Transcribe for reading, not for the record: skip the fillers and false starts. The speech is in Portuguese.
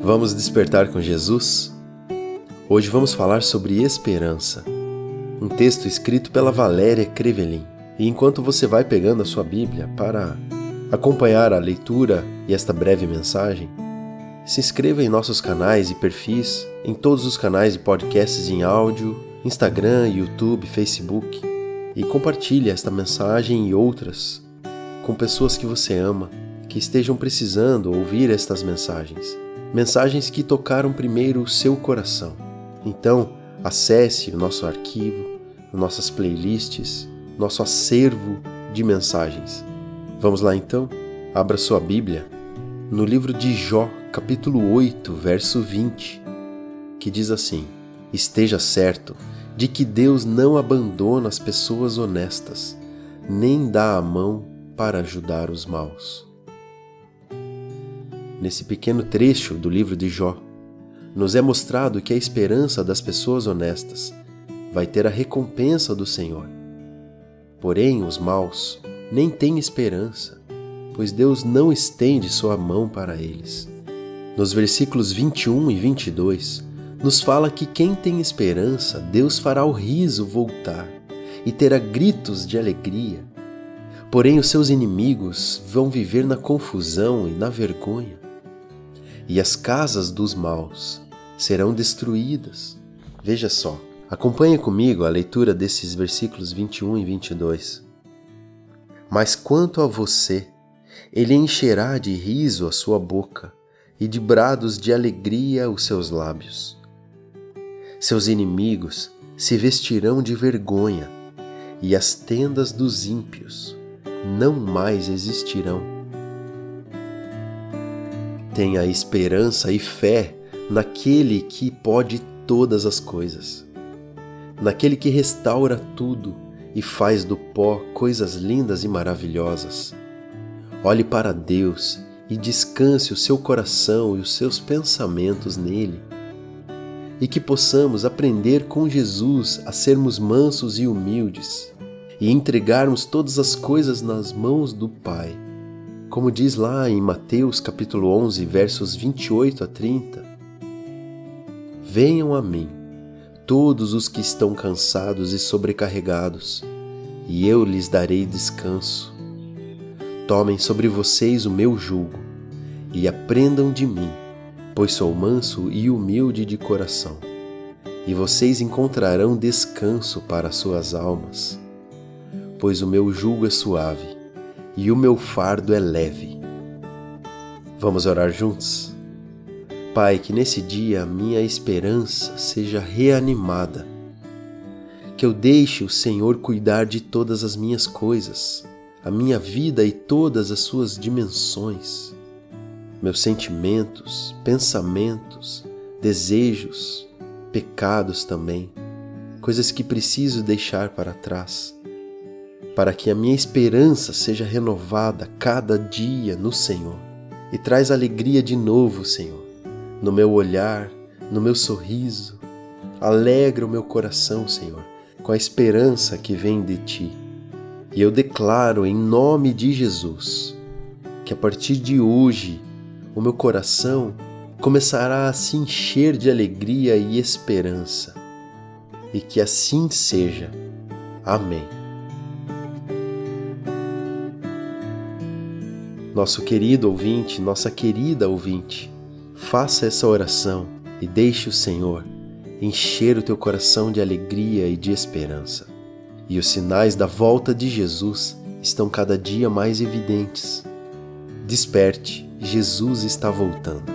Vamos despertar com Jesus? Hoje vamos falar sobre esperança, um texto escrito pela Valéria Crevelin. E enquanto você vai pegando a sua Bíblia para acompanhar a leitura e esta breve mensagem, se inscreva em nossos canais e perfis, em todos os canais de podcasts em áudio, Instagram, YouTube, Facebook, e compartilhe esta mensagem e outras com pessoas que você ama, que estejam precisando ouvir estas mensagens. Mensagens que tocaram primeiro o seu coração. Então, acesse o nosso arquivo, nossas playlists, nosso acervo de mensagens. Vamos lá então? Abra sua Bíblia no livro de Jó, capítulo 8, verso 20, que diz assim: Esteja certo de que Deus não abandona as pessoas honestas, nem dá a mão para ajudar os maus. Nesse pequeno trecho do livro de Jó, nos é mostrado que a esperança das pessoas honestas vai ter a recompensa do Senhor. Porém, os maus nem têm esperança, pois Deus não estende sua mão para eles. Nos versículos 21 e 22, nos fala que quem tem esperança, Deus fará o riso voltar e terá gritos de alegria. Porém, os seus inimigos vão viver na confusão e na vergonha. E as casas dos maus serão destruídas. Veja só, acompanhe comigo a leitura desses versículos 21 e 22. Mas quanto a você, ele encherá de riso a sua boca e de brados de alegria os seus lábios. Seus inimigos se vestirão de vergonha e as tendas dos ímpios não mais existirão. Tenha esperança e fé naquele que pode todas as coisas, naquele que restaura tudo e faz do pó coisas lindas e maravilhosas. Olhe para Deus e descanse o seu coração e os seus pensamentos nele, e que possamos aprender com Jesus a sermos mansos e humildes e entregarmos todas as coisas nas mãos do Pai. Como diz lá em Mateus capítulo 11, versos 28 a 30, Venham a mim, todos os que estão cansados e sobrecarregados, e eu lhes darei descanso. Tomem sobre vocês o meu jugo, e aprendam de mim, pois sou manso e humilde de coração, e vocês encontrarão descanso para suas almas, pois o meu jugo é suave, e o meu fardo é leve. Vamos orar juntos? Pai, que nesse dia a minha esperança seja reanimada, que eu deixe o Senhor cuidar de todas as minhas coisas, a minha vida e todas as suas dimensões, meus sentimentos, pensamentos, desejos, pecados também, coisas que preciso deixar para trás, para que a minha esperança seja renovada cada dia no Senhor e traz alegria de novo, Senhor, no meu olhar, no meu sorriso. Alegra o meu coração, Senhor, com a esperança que vem de Ti. E eu declaro em nome de Jesus que a partir de hoje o meu coração começará a se encher de alegria e esperança. E que assim seja. Amém. Nosso querido ouvinte, nossa querida ouvinte, faça essa oração e deixe o Senhor encher o teu coração de alegria e de esperança. E os sinais da volta de Jesus estão cada dia mais evidentes. Desperte, Jesus está voltando.